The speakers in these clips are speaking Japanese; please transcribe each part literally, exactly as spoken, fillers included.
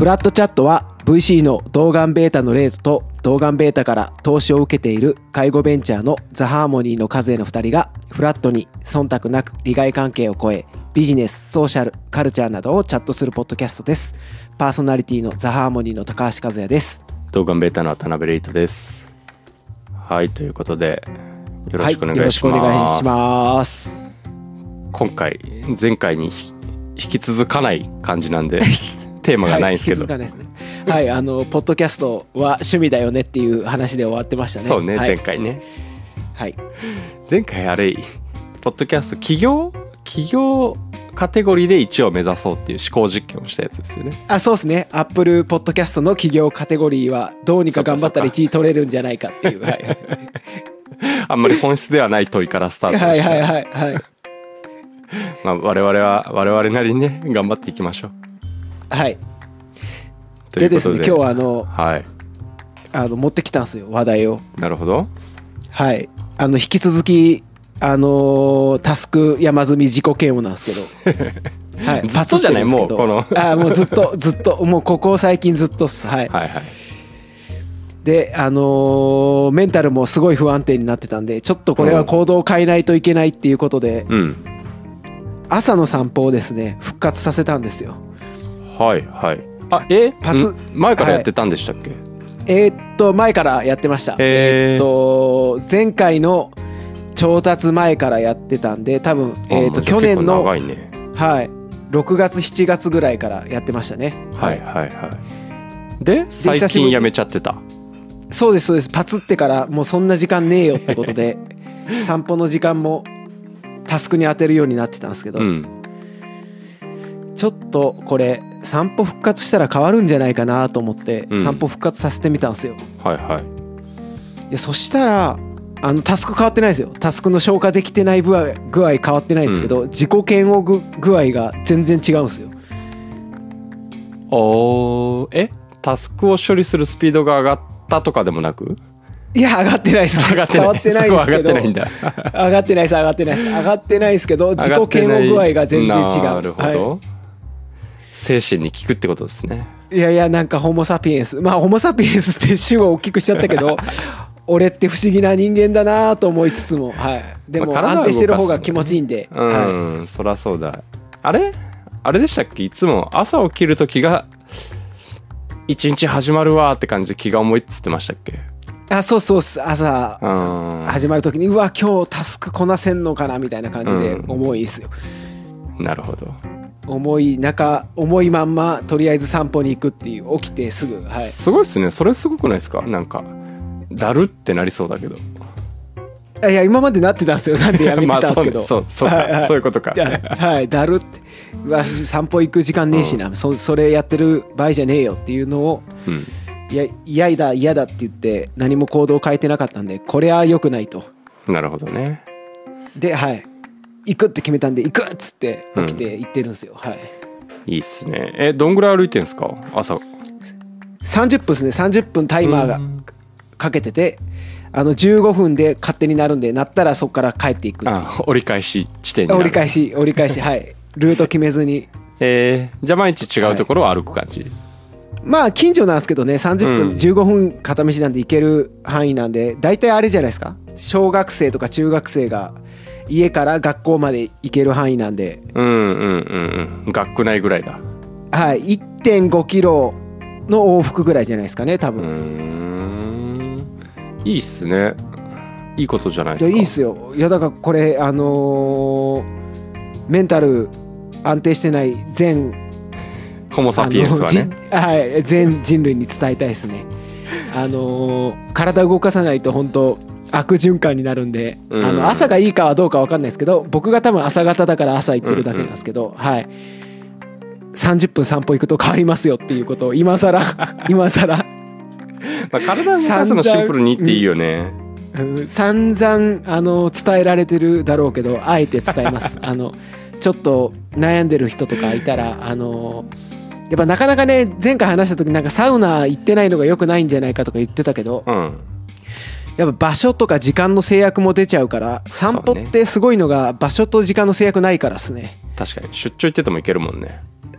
フラットチャットは ブイシー の童顔ベータのレートと童顔ベータから投資を受けている介護ベンチャーのザ・ハーモニーの数へのふたりがフラットに忖度なく利害関係を超えビジネス、ソーシャル、カルチャーなどをチャットするポッドキャストです。パーソナリティのザ・ハーモニーの高橋和也です。 童顔ベータの渡辺レイトです。はい、ということでよろしくお願いします。 はい、よろしくお願いします。 今回前回に引き続かない感じなんでテーマがないんですけど、 はい、引き続かないですね。はい、あのポッドキャストは趣味だよねっていう話で終わってましたね。 そうね、 はい、 前回ね。 はい。 前回あれポッドキャスト企業企業カテゴリーでいちを目指そうっていう思考実験をしたやつですよね。 あ、そうですね。アップルポッドキャストの企業カテゴリーはどうにか頑張ったらいちい取れるんじゃないかっていう。はい、 あんまり本質ではない問いからスタートした。 はいはいはいはい。 まあ我々は我々なりにね頑張っていきましょう。 はい。 ということで、 でですね、今日はあの、 はい、 あの持ってきたんですよ、話題を。 なるほど。 はい。あの引き続きあのー、タスク山積み自己嫌悪なんですけど。はい。 ずっとじゃないもうこのあもうずっとずっともうここ最近ずっとっす。はい。 はいはい。 であのー、メンタルもすごい不安定になってたんで、ちょっとこれは行動を変えないといけないっていうことで、 うん、朝の散歩をですね復活させたんですよ。 はいはい。あえパツ前からやってたんでしたっけ？ はい、えー、っと前からやってました。えー、っと前回の調達前からやってたんで、多分えー、っと去年の、 ね、 はいろくがつしちがつぐらいからやってましたね。 はいはいはい。で最近やめちゃってた。 そうですそうです。パツってからもうそんな時間ねえよってことで散歩の時間もタスクに当てるようになってたんですけど、うん、ちょっとこれ散歩復活したら変わるんじゃないかなと思って散歩復活させてみたんですよ。 うん、はいはい。 でそしたらあのタスク変わってないですよ。タスクの消化できてない具合、具合変わってないですけど、うん、自己嫌悪具合が全然違うんですよ。 おー、えタスクを処理するスピードが上がったとかでもなく？ いや上がってないです。 上がってない。 変わってないですけど。 上がってないんだ。 上がってないです上がってないです上がってないですけど、自己嫌悪具合が全然違う。 なるほど、 はい、 精神に効くってことですね。 いやいやなんかホモサピエンス、まあホモサピエンスって主語を大きくしちゃったけど俺って不思議な人間だなと思いつつも、はい、でも安定してる方が気持ちいいんで、 うん、はい、そりゃそうだ。あれあれでしたっけ？いつも朝起きる時が一日始まるわって感じで気が重いっつってましたっけ？ あ、そうそうっす。朝始まる時にうわ今日タスクこなせんのかなみたいな感じで重いですよ。 うん、なるほど。 重い中重いまんまとりあえず散歩に行くっていう、起きてすぐ、はい、 すごいっすね。それすごくないですか？なんかだるってなりそうだけど。 いや今までなってたんですよ。なんでやめてたんですけど。 まあそう、そう、そうか、はいはい、そういうことか。 はい、だるってうわ散歩行く時間ねえしな、うん、そ, それやってる場合じゃねえよっていうのを、うん、いや嫌だ嫌だって言って何も行動を変えてなかったんで、これは良くないと。 なるほどね。 で、はい、行くって決めたんで行くっつって起きて行ってるんですよ。うん、はい。いいいっすね。えどんぐらい歩いてんすか朝？ さんじゅっぷんですね。さんじゅっぷんタイマーがかけてて、あのじゅうごふんで勝手になるんで、なったらそこから帰っていく。 あ折り返し地点になる。 折り返し折り返しはいルート決めずに。 えー、じゃあ毎日違うところを歩く感じ？はい、 まあ近所なんですけどね、さんじゅっぷん、うん、じゅうごふん片道なんで行ける範囲なんで、大体あれじゃないですか、小学生とか中学生が家から学校まで行ける範囲なんで、 うんうんうんうん、学区内ぐらいだ。 はい、いってんごキロの往復ぐらいじゃないですかね多分。うーん、いいっすね。いいことじゃないですか。 いやいいっすよ。いやだからこれあのー、メンタル安定してない全ホモサピエンスはね、 はい、全人類に伝えたいですね。あのー、体動かさないと本当悪循環になるんで、うん、あの朝がいいかはどうか分かんないですけど、僕が多分朝方だから朝行ってるだけなんですけど、うんうん、はい、さんじゅっぷん散歩行くと変わりますよっていうことを今更今更まあ体を動かすのシンプルにっていいよね。 うんうん、散々あの伝えられてるだろうけど、あえて伝えます。あのちょっと悩んでる人とかいたら、あのやっぱなかなかね、前回話した時なんかサウナ行ってないのが良くないんじゃないかとか言ってたけど、うん、やっぱ場所とか時間の制約も出ちゃうから、散歩ってすごいのが場所と時間の制約ないからっすね。 確かに出張行ってても行けるもんね。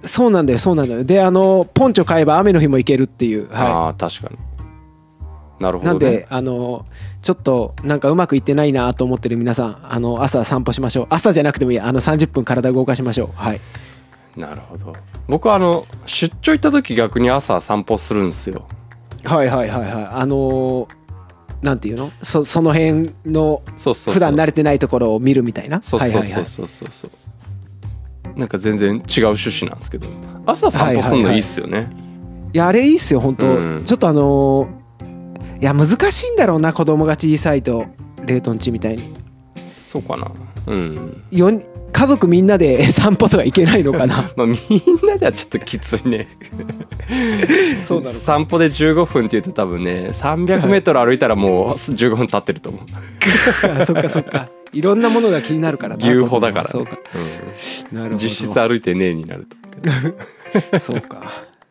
そうなんだよそうなんだよ。であのポンチョ買えば雨の日も行けるっていう、はああ確かに。なるい、 ほど、ね、 なんであのちょっとなんかうまくいってないなと思ってる皆さん、あの朝散歩しましょう。朝じゃなくてもいい、あのさんじゅっぷん体動かしましょう。はい。 なるほど。僕はあの出張行った時逆に朝散歩するんですよ。 はいはいはいはい。あのー、なんていうの、そその辺のそうそうそう普段慣れてないところを見るみたいな。 そうそうそうそうそうそう。なんか全然違う趣旨なんですけど、朝散歩するのいいっすよね。はいはいはい、 いやあれいいっすよ本当、 うん、 ちょっとあのー、いや難しいんだろうな、子供が小さいとレイトンチみたいに。 そうかな。うんよん家族みんなで散歩とか行けないのかなまあみんなではちょっときついねそうなの。 散歩でじゅうごふんって言うと多分ねさんびゃくメートル歩いたらもうじゅうごふん経ってると思うそっかそっか、いろんなものが気になるからな。 牛歩だから、ね、 そうか、 うん、 なるほど。 実質歩いてねえになるとそうか。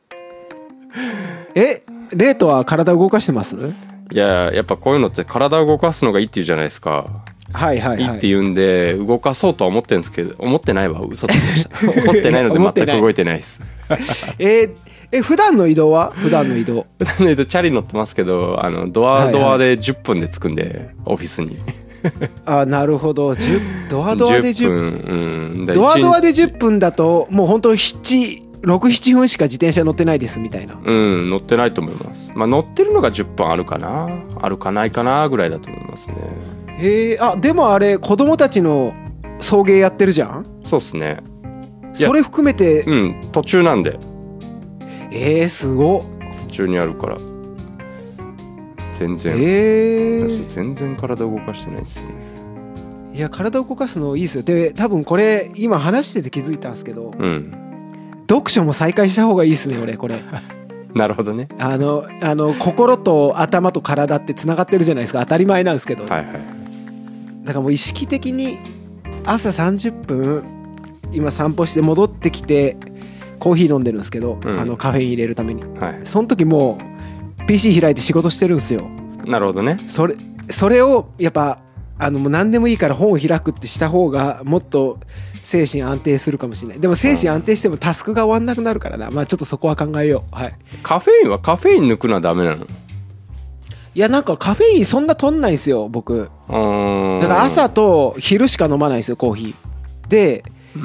えレイトは体動かしてます？ いややっぱこういうのって体を動かすのがいいって言うじゃないですか。 はいはいはい、 いいって言うんで動かそうとは思ってるんですけど、思ってないわ、嘘つきました思ってないので全く動いてないですえー、え普段の移動は普段の移動普段の移動チャリ乗ってますけど、あのドアドアでじゅっぷんで着くんで、はいはい、オフィスにあなるほど。ドアドアでじゅっぷん、 うん、 ドアドアでじゅっぷんだともうほんとろく、ななふんしか自転車乗ってないですみたいな。 うん乗ってないと思います。まあ乗ってるのがじゅっぷんあるかなあるかないかなぐらいだと思いますね。 へえ。あでもあれ子供たちの送迎やってるじゃん。 そうっすね。 それ含めてうん途中なんで。 えー、すごっ。 途中にあるから全然、 えー、 全然体動かしてないですよね。 いや体を動かすのいいですよ。で多分これ今話してて気づいたんですけど、 うん、 読書も再開した方がいいですね俺これなるほどね。 あのあの心と頭と体ってつながってるじゃないですか。当たり前なんですけど、 はいはい、 だからもう意識的に朝さんじゅっぷん今散歩して戻ってきてコーヒー飲んでるんですけど、うん、あのカフェイン入れるために、はい、その時もう ピーシー 開いて仕事してるんですよ。 なるほどね。 それそれをやっぱあのもう何でもいいから本を開くってした方がもっと精神安定するかもしれない。でも精神安定してもタスクが終わんなくなるからな。まあちょっとそこは考えよう。はい。 カフェインはカフェイン抜くのはダメなの？ いやなんかカフェインそんな取んないんですよ僕。だから朝と昼しか飲まないんですよコーヒーで。うん。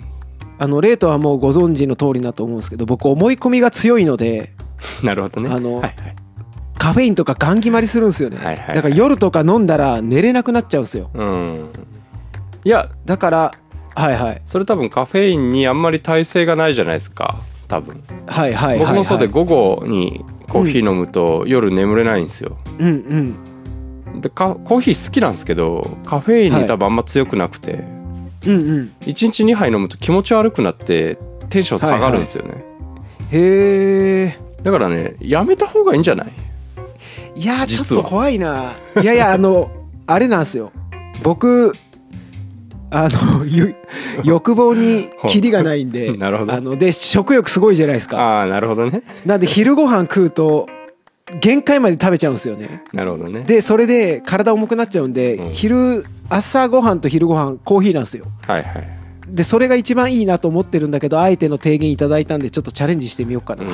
あのレイトはもうご存知の通りだと思うんですけど、僕思い込みが強いのでなるほどね。 あの、 はいはい、 カフェインとかガン決まりするんですよね、はいはいはい、だから夜とか飲んだら寝れなくなっちゃうんですよ。うん。 いやだからはいはい、 それ多分カフェインにあんまり耐性がないじゃないですか多分。 はいはいはい、はい、 僕もそうで午後にコーヒー飲むと夜眠れないんですよ。うんうん。でコーヒー好きなんですけどカフェインに多分あんま強くなくて、はい、うんうん、いちにちにはい飲むと気持ち悪くなってテンション下がるんですよね、はいはい、へえ。だからねやめた方がいいんじゃない？ いやちょっと怖いな。いやいやあのあれなんですよ僕あの欲望にキリがないんでなるほど。 あので食欲すごいじゃないですか。 ああなるほどね。 なんで昼ご飯食うと限界まで食べちゃうんですよね。 なるほどね。 でそれで体重くなっちゃうんで、うん、昼朝ご飯と昼ご飯コーヒーなんですよ。はいはい。でそれが一番いいなと思ってるんだけど、あえての提言いただいたんでちょっとチャレンジしてみようかな。うん、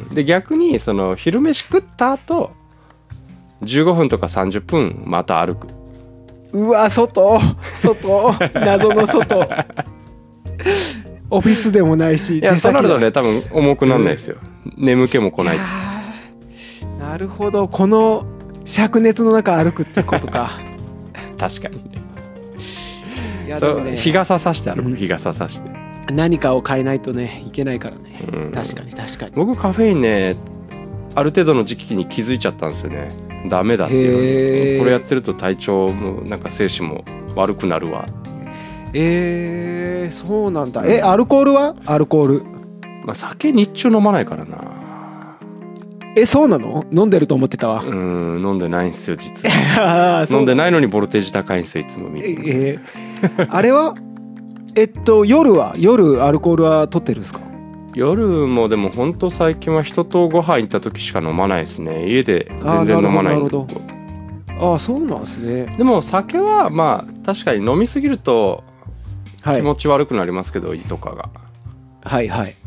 で逆にその昼飯食った後じゅうごふんとかさんじゅっぷんまた歩く。 うわ外外謎の外オフィスでもないし。 いやそうなるとね多分重くなんないですよ、うん、眠気も来ない。 なるほど、この灼熱の中歩くってことか確かにね。 いやでもね、 そう日傘さして歩く、日傘さして何かを変えないとねいけないからね、うん、確かに確かに。 僕カフェインねある程度の時期に気づいちゃったんですよね。ダメだっていうのに、これやってると体調もなんか精神も悪くなるわ。 えー、そうなんだ。えアルコールはアルコール、 まあ、酒日中飲まないからな。 えそうなの？飲んでると思ってたわ。 うん飲んでないんですよ実は飲んでないのにボルテージ高いんですよいつも見て、 えー、あれはえっと夜は夜アルコールは取ってるんですか？ 夜もでも本当最近は人とご飯行った時しか飲まないですね。家で全然飲まないんで。 ああそうなんですね。 でも酒はまあ確かに飲みすぎると気持ち悪くなりますけど、はい、胃とかがはいはい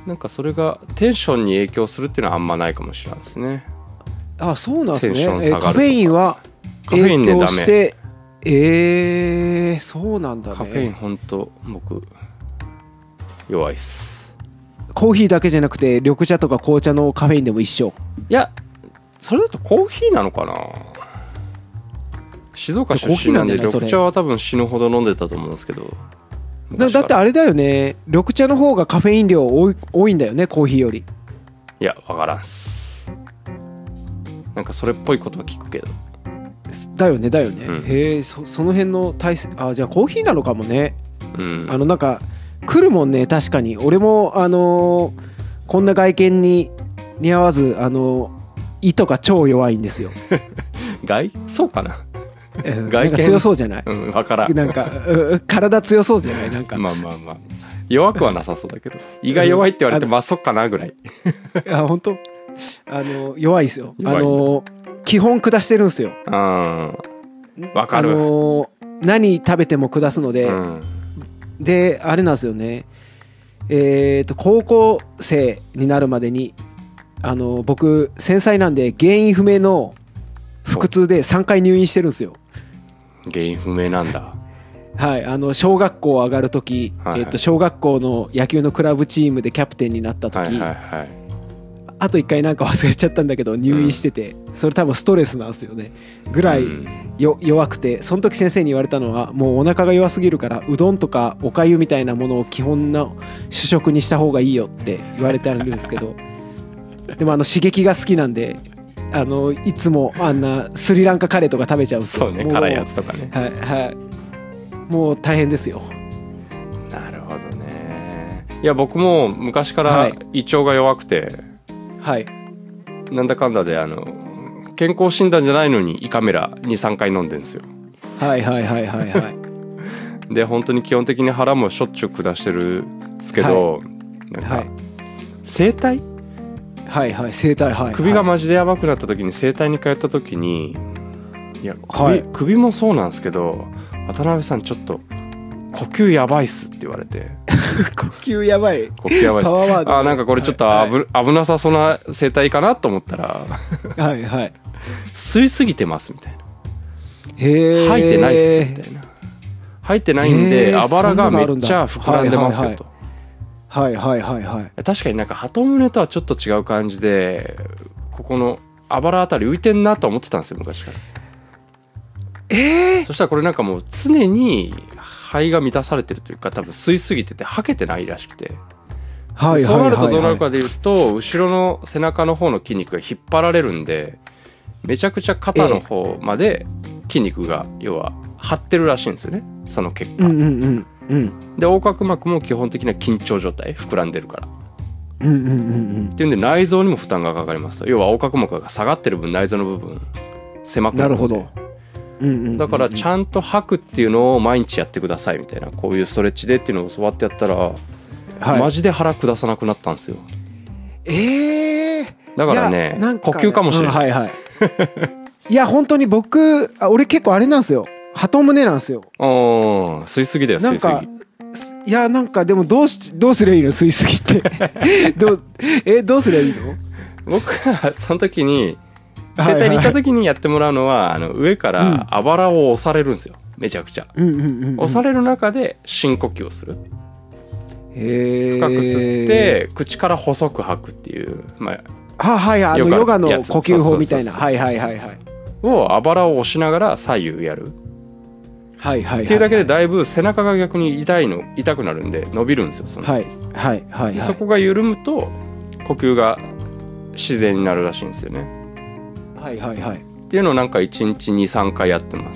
なんかそれがテンションに影響するっていうのはあんまないかもしれないですね。 あ、そうなんですね。 テンション下がるとかカフェインはカフェインね影響してえー、そうなんだね。 カフェインほんと僕弱いっす。 コーヒーだけじゃなくて緑茶とか紅茶のカフェインでも一緒？ いやそれだとコーヒーなのかな。静岡出身なんで緑茶は多分死ぬほど飲んでたと思うんですけど、 だ, だってあれだよね、緑茶の方がカフェイン量多い、多いんだよね、コーヒーより。 いや分からんっす。なんかそれっぽいことは聞くけど。 だよねだよね、 うん、 へえ、 そ, その辺の体制、あ、じゃあコーヒーなのかもね。 うん、 あのなんか来るもんね、確かに。俺もあのー、こんな外見に似合わず、あのー、胃とか超弱いんですよ。 外そうかな。 外見強そうじゃない？ うん、分からん。 なんか体強そうじゃない？なんかまあまあまあ弱くはなさそうだけど、胃が弱いって言われてまあそっかなぐらい。 あ、本当あの弱いですよ。あの基本下してるんですよ。 うん、分かる。 あの何食べても下すので、うん、であれなんですよね。えっと高校生になるまでにあの僕繊細なんで原因不明の腹痛でさんかい入院してるんですよ。 原因不明なんだ。 はい、あの小学校上がる時、はいはい、えー、と小学校の野球のクラブチームでキャプテンになった時、はいはいはい、あといっかいなんか忘れちゃったんだけど入院してて、うん、それ多分ストレスなんですよねぐらいよ、うん、弱くて、その時先生に言われたのはもうお腹が弱すぎるからうどんとかおかゆみたいなものを基本な主食にした方がいいよって言われてあるんですけどでもあの刺激が好きなんで、あのいつもあんなスリランカカレーとか食べちゃうんですよ。 そうね、辛いやつとかね。 はいはい、もう大変ですよ。 なるほどね。いや僕も昔から胃腸が弱くて、 はい、 なんだかんだであの健康診断じゃないのに胃カメラ にさんかい飲んでるんですよ。 はいはいはいはいはいで本当に基本的に腹もしょっちゅう下してるんですけど、はい、なんか、はい、整体はいはい整体、はい、 首がマジでやばくなった時に整体に通った時に、いや首、はい、首もそうなんですけど、渡辺さんちょっと呼吸やばいっすって言われて呼吸やばい呼吸やばいっす。パワーワード。あ、なんかこれちょっと危、はい、危なさそうな整体かなと思ったらはいはい吸いすぎてますみたいな。 へー、 吐いてないっすみたいな。吐いてないんであばらがめっちゃ膨らんでますよと。 はいはいはいはい。 確かになんか鳩胸とはちょっと違う感じで、ここのあばらあたり浮いてんなと思ってたんですよ昔から。 えー、 そしたらこれなんかもう常に肺が満たされてるというか、多分吸いすぎてて吐けてないらしくて、はい、そうなるとどうなるかでいうと、後ろの背中の方の筋肉が引っ張られるんで、めちゃくちゃ肩の方まで筋肉が要は張ってるらしいんですよね、その結果。 うんうんうんうん、 で横隔膜も基本的な緊張状態、膨らんでるから、 うんうんうんうん、 っていうんで内臓にも負担がかかりますと。要は横隔膜が下がってる分内臓の部分狭くなるので。なるほど。うんうんうんうん、だからちゃんと吐くっていうのを毎日やってくださいみたいな、こういうストレッチでっていうのを教わってやったら、はい、マジで腹下さなくなったんですよ。 えー、 だからね、呼吸かもしれない、うん、はいはいいや本当に僕、俺結構あれなんですよ、鳩胸なんですよ。 ああ、吸いすぎだよ、吸いすぎ。 いやなんかでもどうしどうすりゃいいの、吸いすぎってどうえどうすりゃいいの。 僕はその時に整体に行った時にやってもらうのは、はいはい、あの上からあばらを押されるんですよ、めちゃくちゃ、うんうんうんうん、押される中で深呼吸をする。 へ深く吸って口から細く吐くっていう、まあ、ははい、あのヨガの呼吸法みたいな、はいはいはいはいをあばらを押しながら左右やる、 はいはいはいはい、 っていうだけでだいぶ背中が逆に痛いの痛くなるんで伸びるんですよ、その、 はいはいはい、はい、 そこが緩むと呼吸が自然になるらしいんですよね。 はいはいはい。 っていうのをなんかいちにちにさんかいやってます。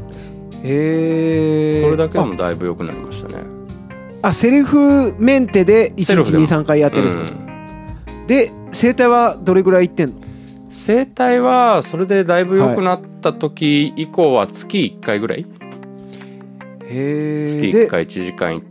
へえ。 それだけでもだいぶ良くなりましたね。 あ、セルフメンテでいちにちにさんかいやってるってこと、うん、で整体はどれぐらい行ってんの。 整体はそれでだいぶ良くなった時以降は月いっかいぐらい、 へ月いっかいいちじかん行って、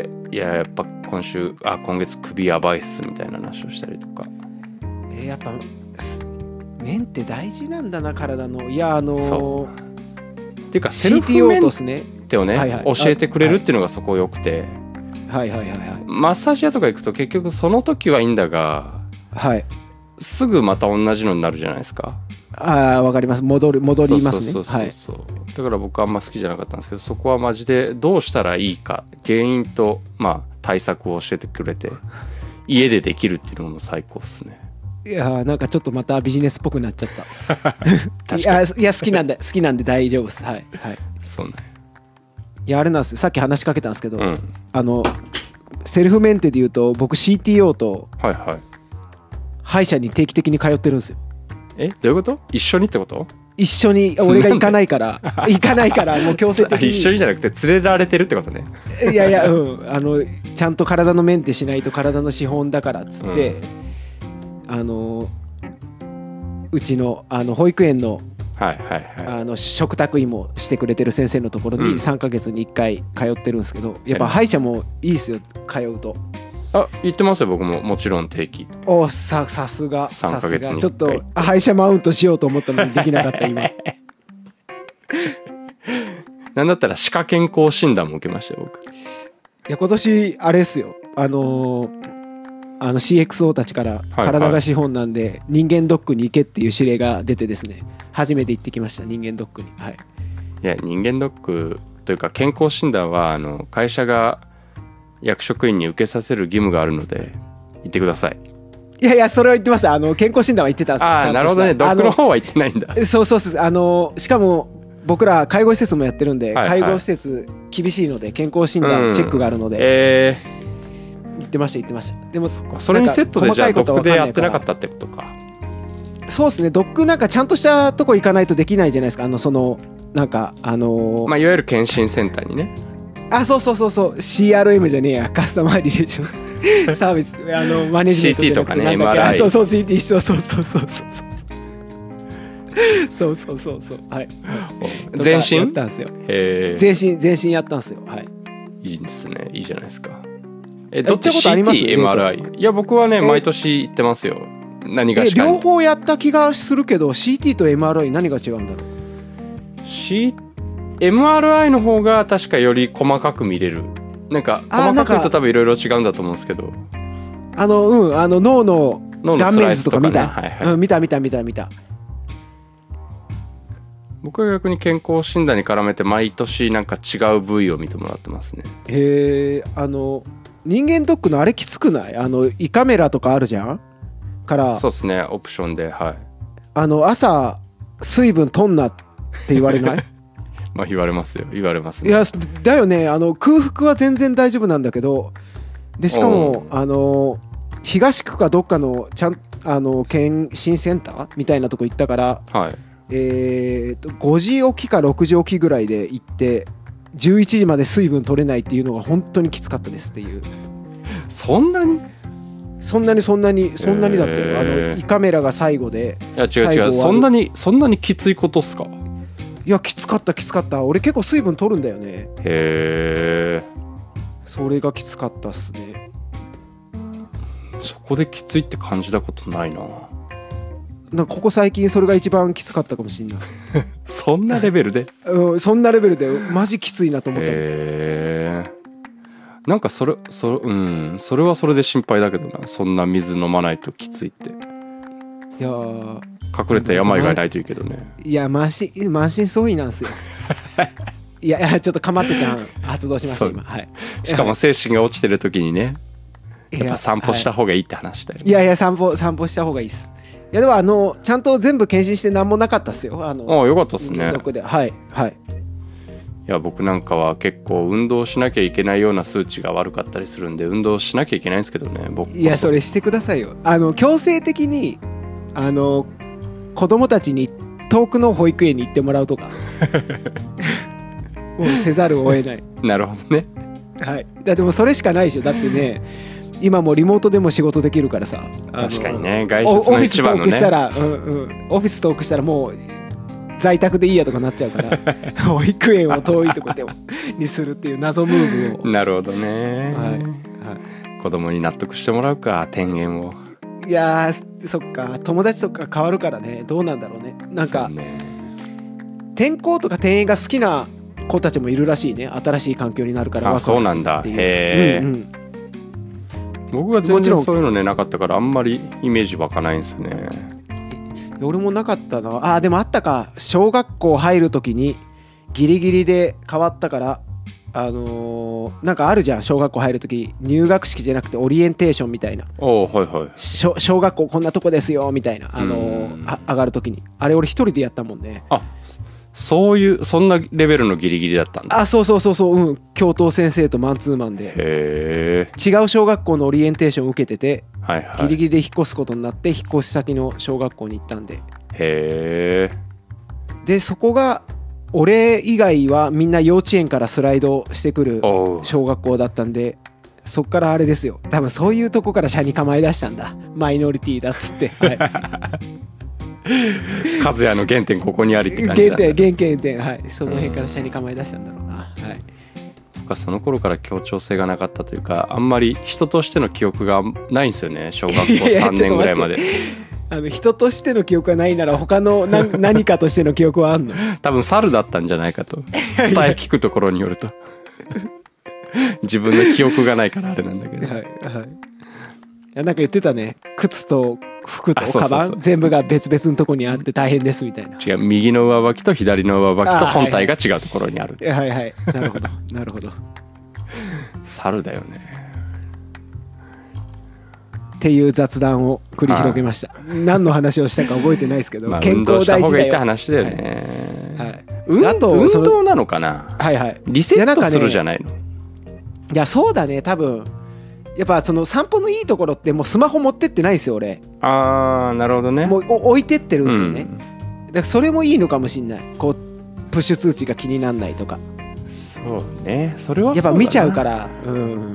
いややっぱ今週あ今月首やばいっすみたいな話をしたりとか。 えー、やっぱメンって大事なんだな、体の。いやあのー、 そうっていうかセルフメンテをね、はいはい、教えてくれるっていうのがそこ良くて、 はいはいはいはい。 マッサージ屋とか行くと結局その時はいいんだが、 はい、 すぐまた同じのになるじゃないですか。 ああ、わかります。戻る戻りますね。 そうそうそうそう、はい、だから僕はあんま好きじゃなかったんですけど、そこはマジでどうしたらいいか原因と、まあ、対策を教えてくれて家でできるっていうのも最高ですね。 いやなんかちょっとまたビジネスっぽくなっちゃったいやいや好きなんで好きなんで大丈夫です。はいはい。 そうね。 いやあれなんですよ、さっき話しかけたんですけど、 うん、 あのセルフメンテでいうと僕 シーティーオー と歯医者に定期的に通ってるんですよ。 え、どういうこと？一緒にってこと？ 一緒に、俺が行かないから行かないからもう強制的に一緒にじゃなくて連れられてるってことね。 いやいや、うん、あのちゃんと体のメンテしないと体の資本だからっつって、うん、あのうちのあの保育園のはいはいはい、 あの食卓医もしてくれてる先生のところにさんかげつにいっかい通ってるんですけど、うん、やっぱ歯医者もいいですよ通うと。 あ、言ってますよ僕ももちろん定期。 おささすがさんかげつにいっかい。 ちょっと歯医者マウントしようと思ったのにできなかった今なんだったら歯科健康診断も受けましたよ僕。いや今年あれですよ、あのー、あの シーエックスオー たちから体が資本なんで人間ドックに行けっていう指令が出てですね、初めて行ってきました人間ドックに。はい、 いや人間ドックというか健康診断はあの会社が役職員に受けさせる義務があるので行ってください。 いやいやそれは言ってます。あの健康診断は言ってたんですよ。 ああなるほどね。ドックの方は言ってないんだ。 そうそうそう。あのしかも僕ら介護施設もやってるんで、はいはい、介護施設厳しいので健康診断チェックがあるので、うん、えー、言ってました言ってました。でも そ, それにセットでじゃあドックでやってなかったってことか。 そうですね。ドックなんかちゃんとしたとこ行かないとできないじゃないですか。あのそのなんかあのー、 まあいわゆる検診センターにね。 あ、そうそうそうそう シーアールエム じゃねえや、カスタマーリレーションサービスあのマネジメントじゃなくてシーティー とかね エムアールアイそうそう シーティー そうそうそうそうそうそうそうそうそうはい全身やったんですよ。全身全身やったんですよ。はい、 いいですね。いいじゃないですか。えどっち シーティー、エムアールアイ？ いや僕はね毎年行ってますよ。何がしかに両方やった気がするけど シーティー と エムアールアイ 何が違うんだろう。 Cエムアールアイ の方が確かより細かく見れる。なんか細かく言うと多分いろいろ違うんだと思うんですけど、 あのうんあの脳の断面図とか見た、 はいはい、 うん、見た見た見た見た。 僕は逆に健康診断に絡めて毎年なんか違う部位を見てもらってますね。 へえ。あの人間ドックのあれきつくない？あの胃カメラとかあるじゃんから。 そうですね、オプションで。はい。 あの朝水分取んなって言われない？ まあ言われますよ。言われますね。 いやだよね。あの空腹は全然大丈夫なんだけど、でしかもあの東区かどっかのちゃんあの検診センターみたいなとこ行ったから、 はい、 えーとごじ起きかろくじ起きぐらいで行ってじゅういちじまで水分取れないっていうのが本当にきつかったですっていう。 そんなにそんなにそんなにそんなにだって、えー、あの胃カメラが最後で。 いや違う違う、そんなにそんなにきついことっすか？ いやきつかったきつかった。俺結構水分取るんだよね。 へえ。 それがきつかったっすね。 そこできついって感じたことないな。 なんかここ最近それが一番きつかったかもしれない。 そんなレベルで、 うん、そんなレベルでマジきついなと思った。へえ。なんかそれそれうんそれはそれで心配だけどな。そんな水飲まないときついって。いやー隠れた病がないといいけどね。 いや満身満身創痍なんですよ。いやいやちょっとかまってちゃん発動しました今。はい。 しかも精神が落ちてる時にね、やっぱ散歩した方がいいって話だよね。 いやいや散歩散歩した方がいいです。いやでもあのちゃんと全部検診して何もなかったっすよ。あのああよかったっすね。 どこではいはい。 いや僕なんかは結構運動しなきゃいけないような数値が悪かったりするんで運動しなきゃいけないんですけどね。僕いやそれしてくださいよ。あの強制的にあの子供たちに遠くの保育園に行ってもらうとかもうせざるを得ない。 なるほどね。 はい。だってもうそれしかないでしょ。だってね今もリモートでも仕事できるからさ。 確かにね外出の一番のね。オフィストークしたら、うんうん、オフィストークしたらもう在宅でいいやとかなっちゃうから保育園を遠いとこでにするっていう謎ムーブを。 なるほどね、はいはい、子供に納得してもらうか転園を。 いやそっか友達とか変わるからねどうなんだろうね。なんか、ね、転校とか転園が好きな子たちもいるらしいね。新しい環境になるからワクワクするっていう。 へえ、 うんうん、 僕が全然そういうのねなかったからあんまりイメージ湧かないんですよね。 俺もなかったなあ。でもあったか、小学校入る時にギリギリで変わったから、あのー、なんかあるじゃん、小学校入る時入学式じゃなくてオリエンテーションみたいな。 お、はいはい、 小, 小学校こんなとこですよみたいな、あのー、あ上がる時にあれ俺一人でやったもんね。 あ、そういうそんなレベルのギリギリだったんだ。 あ、そうそうそうそう、うん、教頭先生とマンツーマンで。 へ違う小学校のオリエンテーションを受けてて、 はいはい、 ギリギリで引っ越すことになって引っ越し先の小学校に行ったんで。 へえ。 でそこが俺以外はみんな幼稚園からスライドしてくる小学校だったんで、そっからあれですよ、多分そういうとこから車に構え出したんだ、マイノリティだっつって、はい、 和也の原点ここにありって感じだ、ね、 原点原点、はい、その辺から車に構え出したんだろうな、はい、 僕はその頃から協調性がなかったというか、あんまり人としての記憶がないんですよね、小学校さんねんぐらいまで。 あの人としての記憶がないなら他の何何かとしての記憶はあんの？多分猿だったんじゃないかと、伝え聞くところによると自分の記憶がないからあれなんだけど、はいはい、いやなんか言ってたね、靴と服とカバン全部が別々のとこにあって大変ですみたいな。 違う、右の上履きと左の上履きと本体が違うところにある。 はいはい、なるほどなるほど。 猿だよねっていう雑談を繰り広げました。何の話をしたか覚えてないですけど、 まあ、 健康大事だよ。 運動した方がいいって話だよね。 はいはい、 運, あと運動なのかな。 はいはい。 リセットするじゃないの。いや、 ね、いやそうだね、多分やっぱその散歩のいいところってもうスマホ持ってってないですよ俺。 あー、なるほどね。 もう置いてってるんですよね、うん、だからそれもいいのかもしんない。こうプッシュ通知が気にならないとか。 そうね、それはそうだな。 やっぱ見ちゃうから、うん、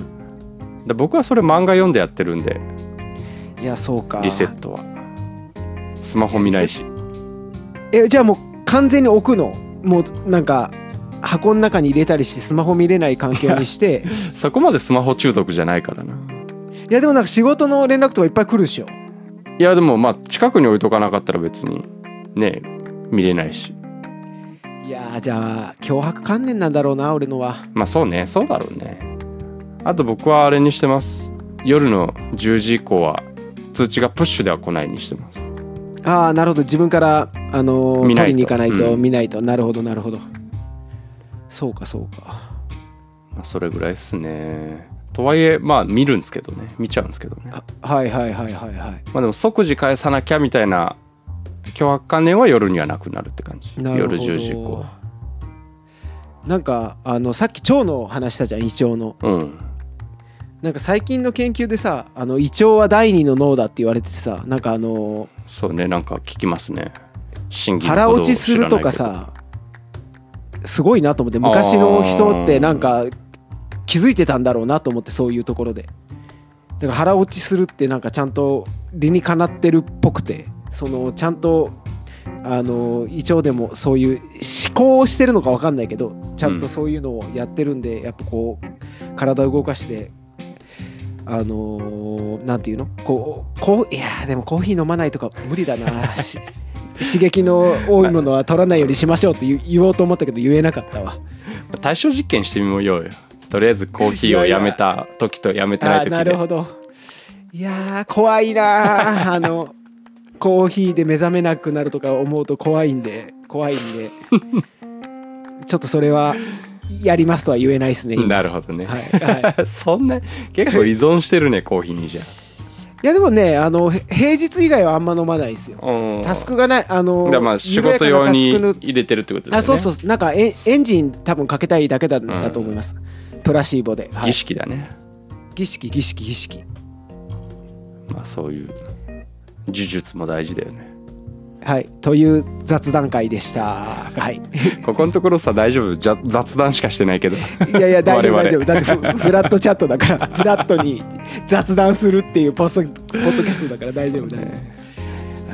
だ僕はそれ漫画読んでやってるんで。 いやそうか、 リセットはスマホ見ないし。 えじゃあもう完全に置くの？もうなんか箱の中に入れたりしてスマホ見れない環境にしてそこまでスマホ中毒じゃないからな。いやでもなんか仕事の連絡とかいっぱい来るでしょ。 いやでもまあ近くに置いとかなかったら別にね見れないし。 いやじゃあ強迫観念なんだろうな俺のは。 まあそうね、そうだろうね。あと僕はあれにしてます、夜のじゅうじ以降は通知がプッシュでは来ないにしてます。 ああなるほど、自分からあのー、取りに行かないと、うん、見ないと。なるほどなるほど、そうかそうか。 まあそれぐらいですね。とはいえまあ見るんですけどね、見ちゃうんですけどね。 はいはいはいはいはい。まあでも即時返さなきゃみたいな強迫観念は夜にはなくなるって感じ。夜じゅうじ以降。 なんかあのさっき腸の話したじゃん、胃腸の。うん。なんか最近の研究でさ、あの胃腸は第二の脳だって言われててさ、なんかあのー、 そうね、なんか聞きますね。 腹落ちするとかさ、すごいなと思って。昔の人ってなんか気づいてたんだろうなと思って、そういうところで。だから腹落ちするってなんかちゃんと理にかなってるっぽくて、そのちゃんとあの胃腸でもそういう思考をしてるのか分かんないけど、ちゃんとそういうのをやってるんで、やっぱこう体を動かして。あのー、なんていうのこうこういやでもコーヒー飲まないとか無理だな刺激の多いものは取らないようにしましょうって言おうと思ったけど言えなかったわ。 対象実験してみようよ。とりあえずコーヒーをやめた時とやめてない時で。 なるほど。いや怖いなあのコーヒーで目覚めなくなるとか思うと怖いんで怖いんでちょっとそれはやりますとは言えないですね。 なるほどね、はいはい、そんな結構依存してるねコーヒーに。じゃあいやでもね、あの平日以外はあんま飲まないですよ。タスクがない、あのだまあ仕事用に入れてるってことだよね。 あ、そうそう、なんかエエンジン多分かけたいだけだ、うん、だと思います。プラシーボで、 はい、儀式だね。 儀式儀式儀式。 まあそういう呪術も大事だよね。 はい、という雑談会でした。はい。 ここのところさ大丈夫？じゃ雑談しかしてないけど。 いやいや大丈夫大丈夫。だってフ, フラットチャットだからフラットに雑談するっていうポストポッドキャストだから大丈夫だね。はい。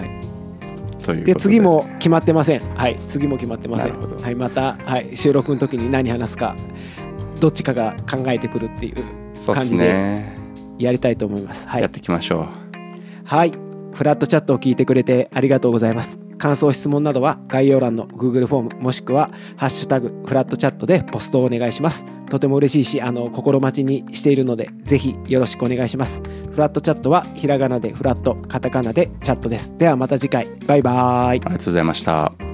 ということで。で次も決まってません。はい。次も決まってません。はい。また、はい、収録の時に何話すかどっちかが考えてくるっていう感じでやりたいと思います。はい。 やっていきましょう。 はい。フラットチャットを聞いてくれてありがとうございます。 感想質問などは概要欄の Google フォームもしくはハッシュタグフラットチャットでポストをお願いします。とても嬉しいし、あの心待ちにしているのでぜひよろしくお願いします。フラットチャットはひらがなでフラット、カタカナでチャットです。ではまた次回、バイバイ。ありがとうございました。